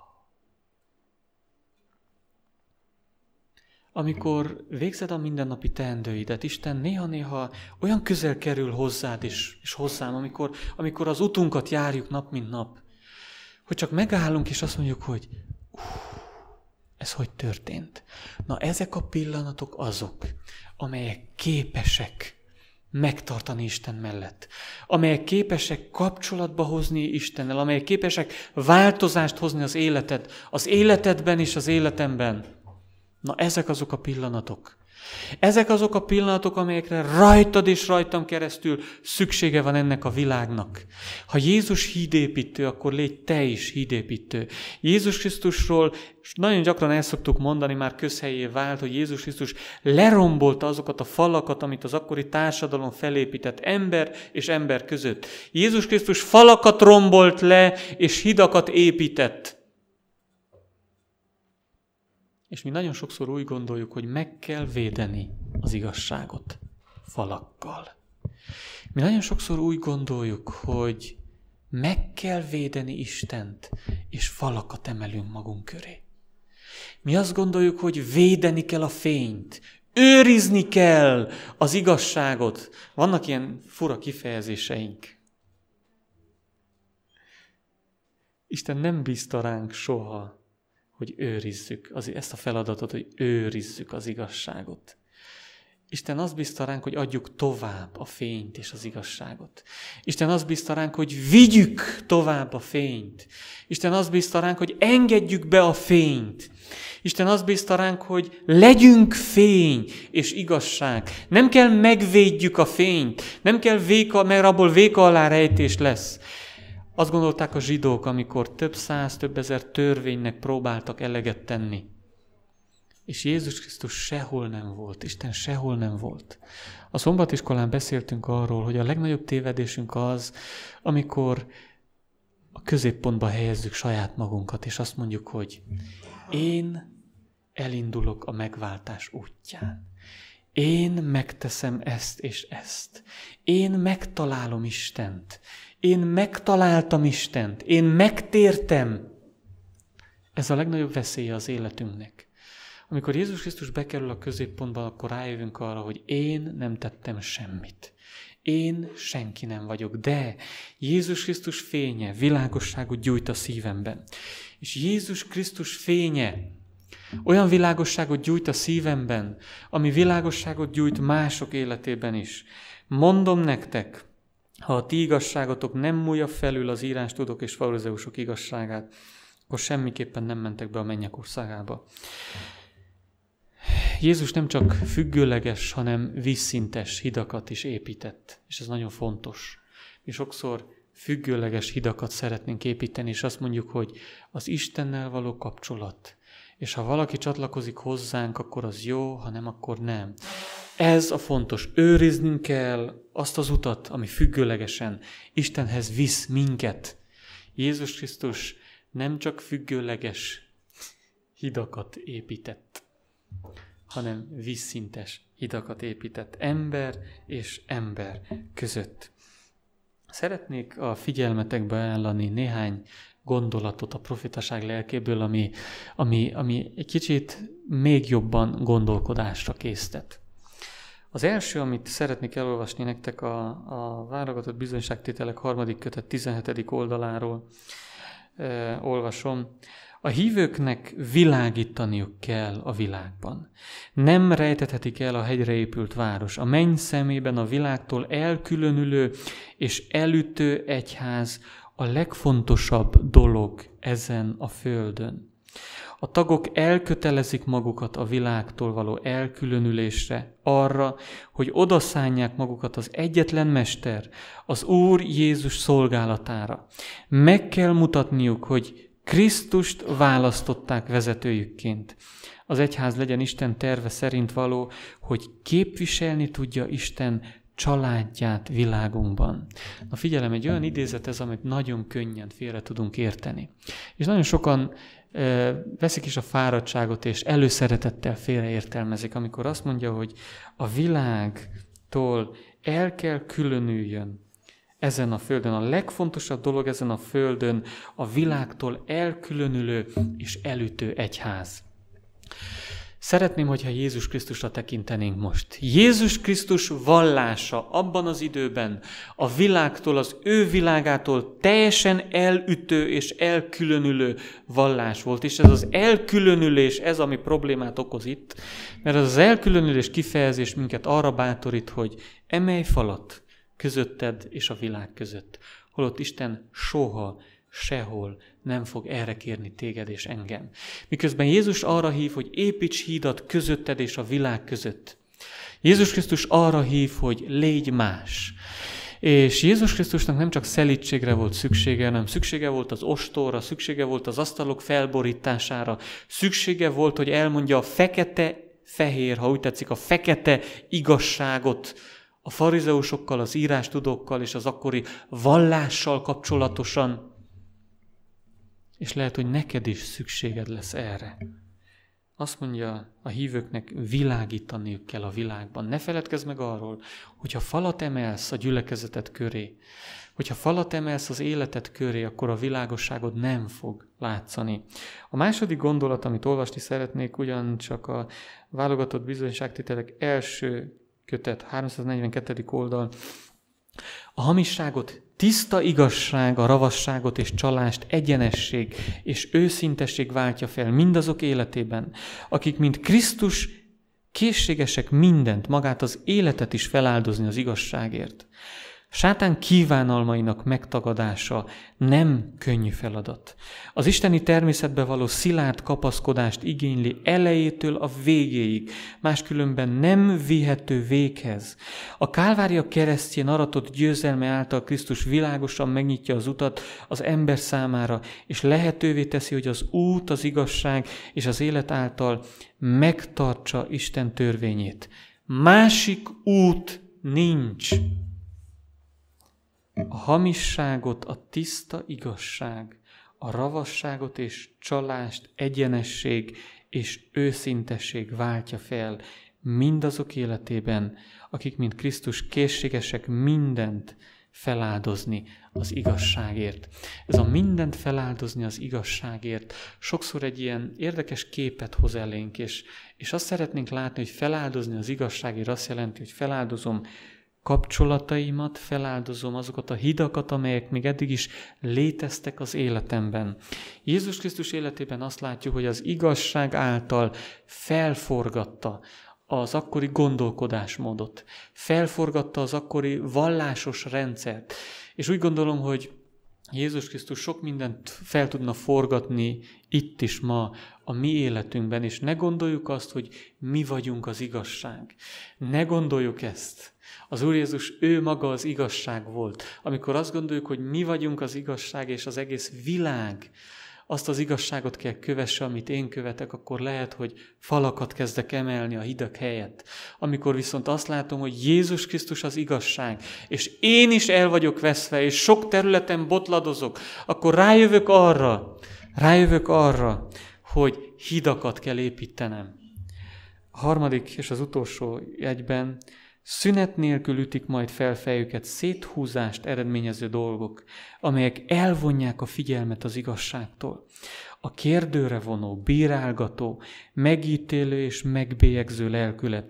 Amikor végzed a mindennapi teendőidet, Isten néha-néha olyan közel kerül hozzád és, és hozzám, amikor, amikor az utunkat járjuk nap, mint nap, hogy csak megállunk és azt mondjuk, hogy uh, ez hogy történt? Na ezek a pillanatok azok, amelyek képesek megtartani Isten mellett, amelyek képesek kapcsolatba hozni Istennel, amelyek képesek változást hozni az életed, az életedben és az életemben. Na, ezek azok a pillanatok. Ezek azok a pillanatok, amelyekre rajtad és rajtam keresztül szüksége van ennek a világnak. Ha Jézus hídépítő, akkor légy te is hídépítő. Jézus Krisztusról nagyon gyakran el szoktuk mondani, már közhelyé vált, hogy Jézus Krisztus lerombolta azokat a falakat, amit az akkori társadalom felépített ember és ember között. Jézus Krisztus falakat rombolt le, és hidakat épített. És mi nagyon sokszor úgy gondoljuk, hogy meg kell védeni az igazságot falakkal. Mi nagyon sokszor úgy gondoljuk, hogy meg kell védeni Istent, és falakat emelünk magunk köré. Mi azt gondoljuk, hogy védeni kell a fényt, őrizni kell az igazságot. Vannak ilyen fura kifejezéseink. Isten nem bízta ránk soha, hogy őrizzük az, ezt a feladatot, hogy őrizzük az igazságot. Isten azt bízta ránk, hogy adjuk tovább a fényt és az igazságot. Isten azt bízta ránk, hogy vigyük tovább a fényt. Isten azt bízta ránk, hogy engedjük be a fényt. Isten azt bízta ránk, hogy legyünk fény és igazság. Nem kell megvédjük a fényt, nem kell véka, mert abból véka alá rejtés lesz. Azt gondolták a zsidók, amikor több száz, több ezer törvénynek próbáltak eleget tenni. És Jézus Krisztus sehol nem volt, Isten sehol nem volt. A szombatiskolán beszéltünk arról, hogy a legnagyobb tévedésünk az, amikor a középpontba helyezzük saját magunkat, és azt mondjuk, hogy én elindulok a megváltás útján. Én megteszem ezt és ezt. Én megtalálom Istent. Én megtaláltam Istent. Én megtértem. Ez a legnagyobb veszélye az életünknek. Amikor Jézus Krisztus bekerül a középpontba, akkor rájövünk arra, hogy én nem tettem semmit. Én senki nem vagyok, de Jézus Krisztus fénye világosságot gyújt a szívemben. És Jézus Krisztus fénye olyan világosságot gyújt a szívemben, ami világosságot gyújt mások életében is. Mondom nektek, ha a ti igazságotok nem múlja felül az írástudók és farizeusok igazságát, akkor semmiképpen nem mentek be a mennyek országába. Jézus nem csak függőleges, hanem vízszintes hidakat is épített, és ez nagyon fontos. Mi sokszor függőleges hidakat szeretnénk építeni, és azt mondjuk, hogy az Istennel való kapcsolat, és ha valaki csatlakozik hozzánk, akkor az jó, ha nem, akkor nem. Ez a fontos. Őriznünk kell azt az utat, ami függőlegesen Istenhez visz minket. Jézus Krisztus nem csak függőleges hidakat épített, hanem vízszintes hidakat épített ember és ember között. Szeretnék a figyelmetekbe ajánlani néhány gondolatot a profétaság lelkéből, ami, ami, ami egy kicsit még jobban gondolkodásra késztet. Az első, amit szeretnék elolvasni nektek, a, a válogatott bizonyságtételek harmadik kötet tizenhetedik oldaláról e, olvasom. A hívőknek világítaniuk kell a világban. Nem rejtethetik el a hegyre épült város. A menny szemében a világtól elkülönülő és elütő egyház a legfontosabb dolog ezen a földön. A tagok elkötelezik magukat a világtól való elkülönülésre, arra, hogy odaszánják magukat az egyetlen Mester, az Úr Jézus szolgálatára. Meg kell mutatniuk, hogy Krisztust választották vezetőjükként. Az egyház legyen Isten terve szerint való, hogy képviselni tudja Isten családját világunkban. Na figyelem, egy olyan idézet ez, amit nagyon könnyen félre tudunk érteni. És nagyon sokan e, veszik is a fáradtságot, és előszeretettel félreértelmezik, amikor azt mondja, hogy a világtól el kell különüljön ezen a földön. A legfontosabb dolog ezen a földön a világtól elkülönülő és elütő egyház. Szeretném, hogyha Jézus Krisztusra tekintenénk most. Jézus Krisztus vallása abban az időben a világtól, az ő világától teljesen elütő és elkülönülő vallás volt. És ez az elkülönülés, ez ami problémát okoz itt, mert az elkülönülés kifejezés minket arra bátorít, hogy emelj falat közötted és a világ között. Holott Isten soha, sehol nem fog erre kérni téged és engem. Miközben Jézus arra hív, hogy építs hídat közötted és a világ között. Jézus Krisztus arra hív, hogy légy más. És Jézus Krisztusnak nem csak szelídségre volt szüksége, hanem szüksége volt az ostorra, szüksége volt az asztalok felborítására, szüksége volt, hogy elmondja a fekete-fehér, ha úgy tetszik, a fekete igazságot, a farizeusokkal, az írástudókkal és az akkori vallással kapcsolatosan. És lehet, hogy neked is szükséged lesz erre. Azt mondja, a hívőknek világítaniuk kell a világban. Ne feledkezz meg arról, hogyha falat emelsz a gyülekezeted köré, hogyha falat emelsz az életed köré, akkor a világosságod nem fog látszani. A második gondolat, amit olvasni szeretnék, ugyancsak a válogatott bizonyságtételek első kötet, háromszáznegyvenkettedik oldal. A hamisságot tiszta igazság, a ravasságot és csalást egyenesség és őszintesség váltja fel mindazok életében, akik mint Krisztus készségesek mindent, magát az életet is feláldozni az igazságért. Sátán kívánalmainak megtagadása nem könnyű feladat. Az isteni természetbe való szilárd kapaszkodást igényli elejétől a végéig, máskülönben nem vihető véghez. A Kálvária keresztjén aratott győzelme által Krisztus világosan megnyitja az utat az ember számára, és lehetővé teszi, hogy az út, az igazság és az élet által megtartsa Isten törvényét. Másik út nincs. A hamisságot, a tiszta igazság, a ravasságot és csalást egyenesség és őszintesség váltja fel mindazok életében, akik mint Krisztus készségesek mindent feláldozni az igazságért. Ez a mindent feláldozni az igazságért sokszor egy ilyen érdekes képet hoz elénk, és, és azt szeretnénk látni, hogy feláldozni az igazságért azt jelenti, hogy feláldozom kapcsolataimat, feláldozom azokat a hidakat, amelyek még eddig is léteztek az életemben. Jézus Krisztus életében azt látjuk, hogy az igazság által felforgatta az akkori gondolkodásmódot, felforgatta az akkori vallásos rendszert. És úgy gondolom, hogy Jézus Krisztus sok mindent fel tudna forgatni itt is ma a mi életünkben, és ne gondoljuk azt, hogy mi vagyunk az igazság. Ne gondoljuk ezt. Az Úr Jézus, ő maga az igazság volt. Amikor azt gondoljuk, hogy mi vagyunk az igazság, és az egész világ azt az igazságot kell kövesse, amit én követek, akkor lehet, hogy falakat kezdek emelni a hidak helyett. Amikor viszont azt látom, hogy Jézus Krisztus az igazság, és én is el vagyok veszve, és sok területen botladozok, akkor rájövök arra, rájövök arra, hogy hidakat kell építenem. A harmadik és az utolsó egyben szünet nélkül ütik majd fel fejüket széthúzást eredményező dolgok, amelyek elvonják a figyelmet az igazságtól. A kérdőre vonó, bírálgató, megítélő és megbélyegző lelkület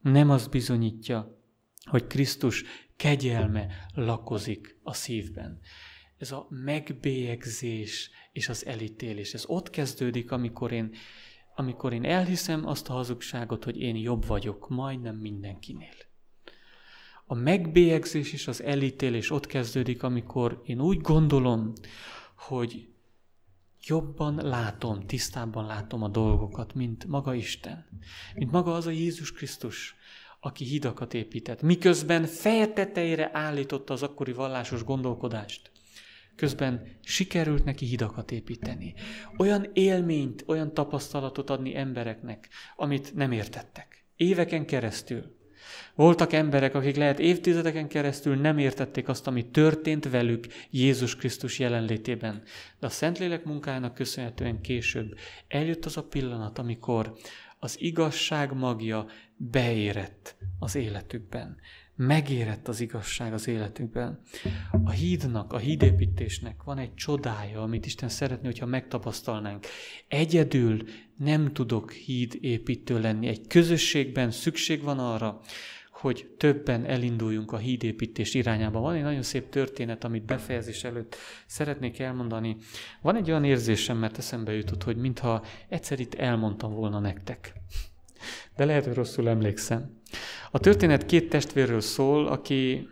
Nem azt bizonyítja, hogy Krisztus kegyelme lakozik a szívben. Ez a megbélyegzés és az elítélés. Ez ott kezdődik, amikor én, amikor én elhiszem azt a hazugságot, hogy én jobb vagyok majdnem mindenkinél. A megbélyegzés és az elítélés ott kezdődik, amikor én úgy gondolom, hogy jobban látom, tisztábban látom a dolgokat, mint maga Isten. Mint maga az a Jézus Krisztus, aki hidakat épített. Miközben feje tetejére állította az akkori vallásos gondolkodást. Közben sikerült neki hidakat építeni. Olyan élményt, olyan tapasztalatot adni embereknek, amit nem értettek. Éveken keresztül. Voltak emberek, akik lehet évtizedeken keresztül nem értették azt, ami történt velük Jézus Krisztus jelenlétében. De a Szentlélek munkájának köszönhetően később eljött az a pillanat, amikor az igazság magja beérett az életükben. Megérett az igazság az életükben. A hídnak, a hídépítésnek van egy csodája, amit Isten szeretné, hogyha megtapasztalnánk. Egyedül nem tudok hídépítő lenni. Egy közösségben szükség van arra, hogy többen elinduljunk a hídépítés irányába. Van egy nagyon szép történet, amit befejezés előtt szeretnék elmondani. Van egy olyan érzésem, mert eszembe jutott, hogy mintha egyszer itt elmondtam volna nektek. De lehet, hogy rosszul emlékszem. A történet két testvérről szól, aki,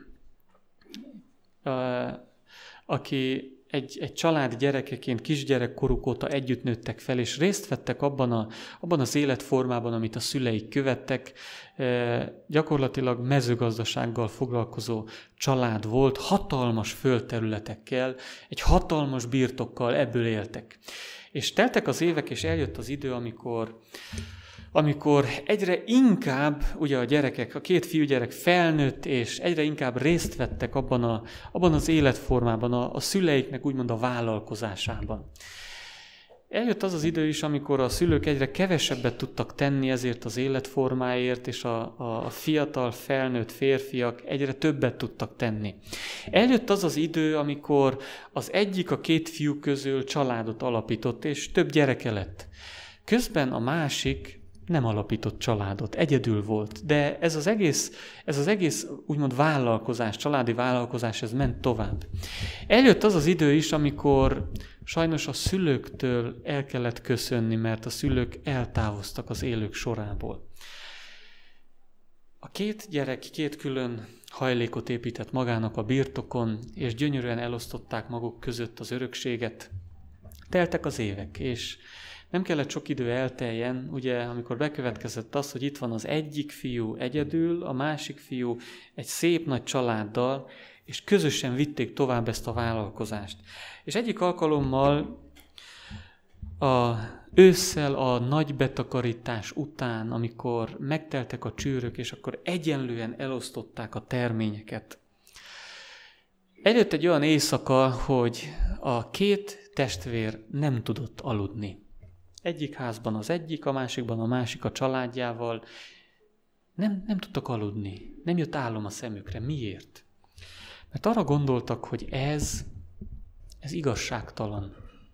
uh, aki egy, egy család gyerekeként, kisgyerekkoruk óta együtt nőttek fel, és részt vettek abban, a, abban az életformában, amit a szüleik követtek. Uh, gyakorlatilag mezőgazdasággal foglalkozó család volt, hatalmas földterületekkel, egy hatalmas birtokkal, ebből éltek. És teltek az évek, és eljött az idő, amikor... amikor egyre inkább, ugye a gyerekek, a két fiúgyerek felnőtt, és egyre inkább részt vettek abban, a, abban az életformában, a, a szüleiknek úgymond a vállalkozásában. Eljött az az idő is, amikor a szülők egyre kevesebbet tudtak tenni ezért az életformáért, és a, a, a fiatal, felnőtt férfiak egyre többet tudtak tenni. Eljött az az idő, amikor az egyik a két fiú közül családot alapított, és több gyereke lett. Közben a másik nem alapított családot, egyedül volt, de ez az egész, ez az egész úgymond vállalkozás, családi vállalkozás, ez ment tovább. Eljött az az idő is, amikor sajnos a szülőktől el kellett köszönni, mert a szülők eltávoztak az élők sorából. A két gyerek két külön hajlékot épített magának a birtokon, és gyönyörűen elosztották maguk között az örökséget. Teltek az évek, és nem kellett sok idő elteljen, ugye, amikor bekövetkezett az, hogy itt van az egyik fiú egyedül, a másik fiú egy szép nagy családdal, és közösen vitték tovább ezt a vállalkozást. És egyik alkalommal a ősszel a nagy betakarítás után, amikor megteltek a csőrök, és akkor egyenlően elosztották a terményeket. Eljött egy olyan éjszaka, hogy a két testvér nem tudott aludni. Egyik házban az egyik, a másikban a másik a családjával. Nem, nem tudtak aludni. Nem jött álom a szemükre. Miért? Mert arra gondoltak, hogy ez, ez igazságtalan.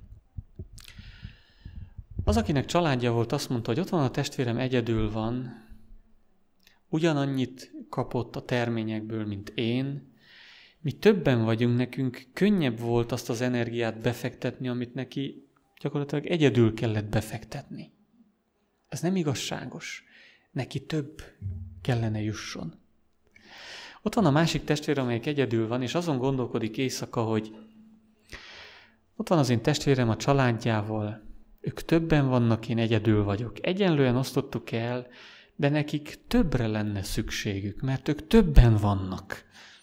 Az, akinek családja volt, azt mondta, hogy ott van a testvérem, egyedül van, ugyanannyit kapott a terményekből, mint én. Mi többen vagyunk, nekünk könnyebb volt azt az energiát befektetni, amit neki gyakorlatilag egyedül kellett befektetni. Ez nem igazságos. Neki több kellene jusson. Ott van a másik testvér, amelyik egyedül van, és azon gondolkodik éjszaka, hogy ott van az én testvérem a családjával, ők többen vannak, én egyedül vagyok. Egyenlően osztottuk el, de nekik többre lenne szükségük, mert ők többen vannak.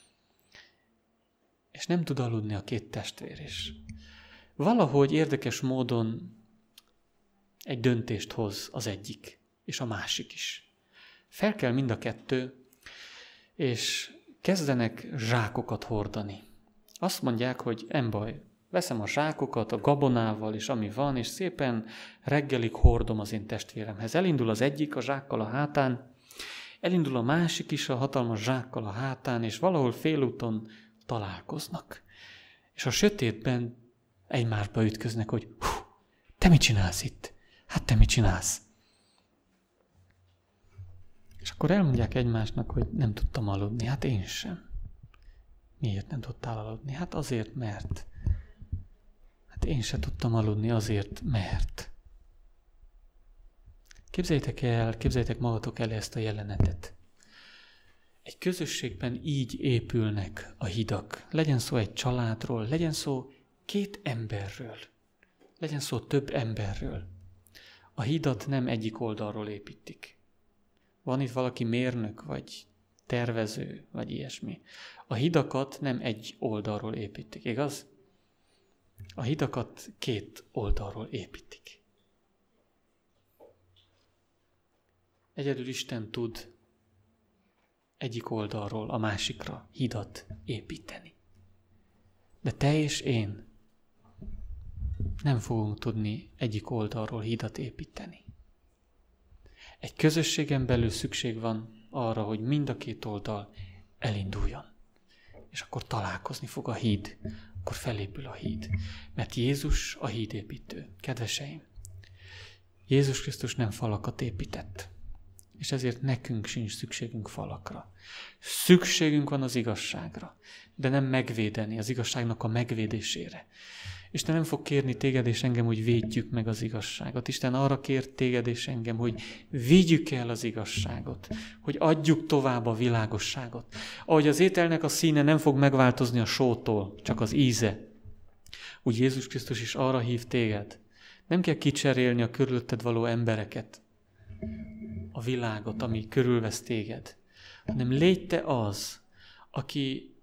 És nem tud aludni a két testvér is. Valahogy érdekes módon egy döntést hoz az egyik, és a másik is. Fel kell mind a kettő, és kezdenek zsákokat hordani. Azt mondják, hogy nem baj, veszem a zsákokat a gabonával, és ami van, és szépen reggelig hordom az én testvéremhez. Elindul az egyik a zsákkal a hátán, elindul a másik is a hatalmas zsákkal a hátán, és valahol félúton találkoznak. És a sötétben egymásba ütköznek, hogy hú, te mit csinálsz itt? Hát te mit csinálsz? És akkor elmondják egymásnak, hogy nem tudtam aludni. Hát én sem. Miért nem tudtál aludni? Hát azért, mert. Hát én sem tudtam aludni azért, mert. Képzeljétek el, képzeljétek magatok elé ezt a jelenetet. Egy közösségben így épülnek a hidak. Legyen szó egy családról, legyen szó két emberről, legyen szó több emberről. A hidat nem egyik oldalról építik. Van itt valaki mérnök, vagy tervező, vagy ilyesmi. A hidakat nem egy oldalról építik, igaz? A hidakat két oldalról építik. Egyedül Isten tud egyik oldalról a másikra hidat építeni. De te és én nem fogunk tudni egyik oldalról hidat építeni. Egy közösségen belül szükség van arra, hogy mind a két oldal elinduljon. És akkor találkozni fog a híd, akkor felépül a híd. Mert Jézus a hídépítő. Kedveseim, Jézus Krisztus nem falakat épített. És ezért nekünk sincs szükségünk falakra. Szükségünk van az igazságra, de nem megvédeni, az igazságnak a megvédésére. Isten nem fog kérni téged és engem, hogy védjük meg az igazságot. Isten arra kér téged és engem, hogy vigyük el az igazságot, hogy adjuk tovább a világosságot. Ahogy az ételnek a színe nem fog megváltozni a sótól, csak az íze, úgy Jézus Krisztus is arra hív téged. Nem kell kicserélni a körülötted való embereket, a világot, ami körülvesz téged, hanem légy te az, aki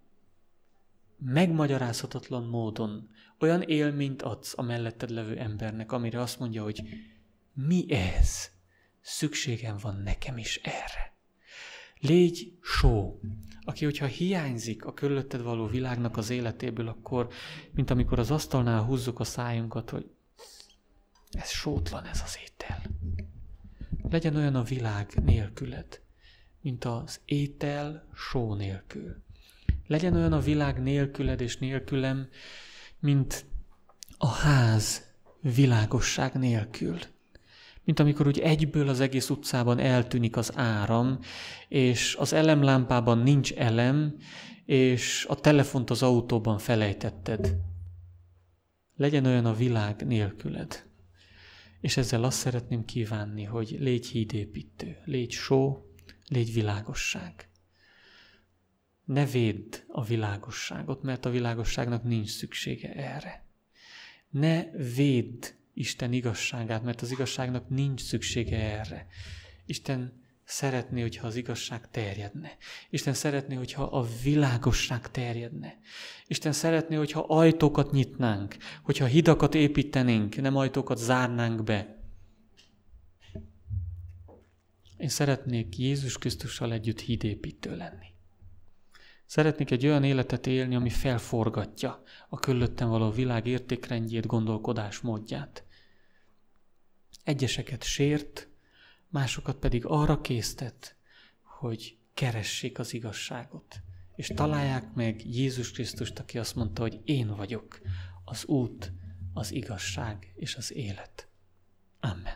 megmagyarázhatatlan módon olyan élményt adsz a melletted levő embernek, amire azt mondja, hogy mi ez? Szükségem van nekem is erre. Légy só, aki, hogyha hiányzik a körülötted való világnak az életéből, akkor, mint amikor az asztalnál húzzuk a szájunkat, hogy ez sótlan ez az étel. Legyen olyan a világ nélküled, mint az étel só nélkül. Legyen olyan a világ nélküled és nélkülem, mint a ház világosság nélkül. Mint amikor úgy egyből az egész utcában eltűnik az áram, és az elemlámpában nincs elem, és a telefont az autóban felejtetted. Legyen olyan a világ nélküled. És ezzel azt szeretném kívánni, hogy légy hídépítő, légy só, légy világosság. Ne védd a világosságot, mert a világosságnak nincs szüksége erre. Ne védd Isten igazságát, mert az igazságnak nincs szüksége erre. Isten szeretné, hogyha az igazság terjedne. Isten szeretné, hogyha a világosság terjedne. Isten szeretné, hogyha ajtókat nyitnánk, hogyha hidakat építenénk, nem ajtókat zárnánk be. Én szeretnék Jézus Krisztussal együtt hídépítő lenni. Szeretnék egy olyan életet élni, ami felforgatja a körülöttem való világ értékrendjét, gondolkodásmódját. Egyeseket sért, másokat pedig arra késztet, hogy keressék az igazságot, és találják meg Jézus Krisztust, aki azt mondta, hogy én vagyok az út, az igazság és az élet. Amen.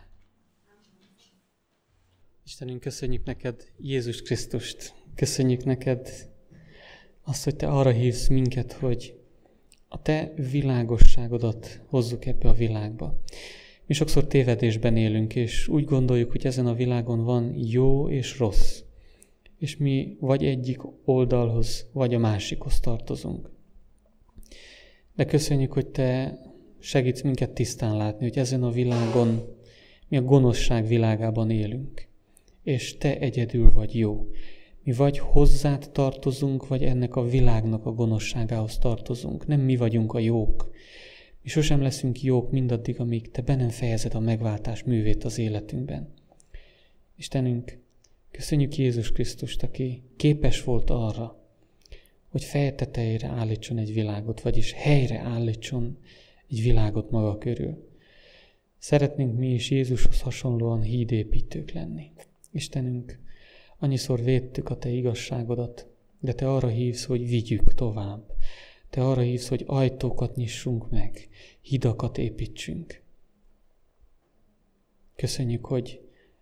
Istenünk, köszönjük neked Jézus Krisztust. Köszönjük neked azt, hogy te arra hívsz minket, hogy a te világosságodat hozzuk ebbe a világba. Mi sokszor tévedésben élünk, és úgy gondoljuk, hogy ezen a világon van jó és rossz. És mi vagy egyik oldalhoz, vagy a másikhoz tartozunk. De köszönjük, hogy te segítsz minket tisztán látni, hogy ezen a világon mi a gonoszság világában élünk. És te egyedül vagy jó. Mi vagy hozzád tartozunk, vagy ennek a világnak a gonoszságához tartozunk. Nem mi vagyunk a jók. Mi sosem leszünk jók mindaddig, amíg te be nem fejezed a megváltás művét az életünkben. Istenünk, köszönjük Jézus Krisztust, aki képes volt arra, hogy feje tetejére állítson egy világot, vagyis helyre állítson egy világot maga körül. Szeretnénk mi is Jézushoz hasonlóan hídépítők lenni. Istenünk, annyiszor védtük a te igazságodat, de te arra hívsz, hogy vigyük tovább. Te arra hívsz, hogy ajtókat nyissunk meg, hidakat építsünk. Köszönjük, hogy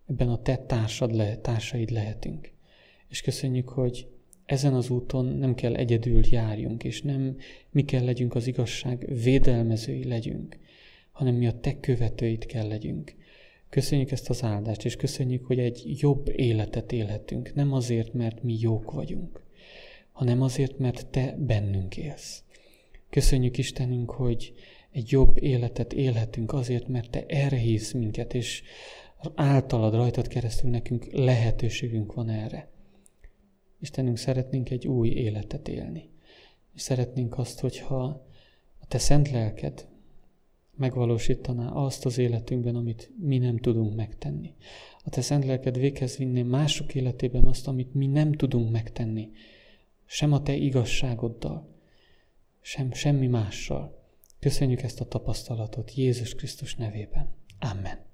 ebben a te társad le, társaid lehetünk. És köszönjük, hogy ezen az úton nem kell egyedül járjunk, és nem mi kell legyünk az igazság védelmezői legyünk, hanem mi a te követőid kell legyünk. Köszönjük ezt az áldást, és köszönjük, hogy egy jobb életet élhetünk. Nem azért, mert mi jók vagyunk, hanem azért, mert te bennünk élsz. Köszönjük Istenünk, hogy egy jobb életet élhetünk azért, mert te erre hívsz minket, és általad, rajtad keresztül nekünk lehetőségünk van erre. Istenünk, szeretnénk egy új életet élni. És szeretnénk azt, hogyha a te szent lelked megvalósítaná azt az életünkben, amit mi nem tudunk megtenni. A te szent lelked véghez vinné mások életében azt, amit mi nem tudunk megtenni. Sem a te igazságoddal, sem semmi mással. Köszönjük ezt a tapasztalatot Jézus Krisztus nevében. Amen.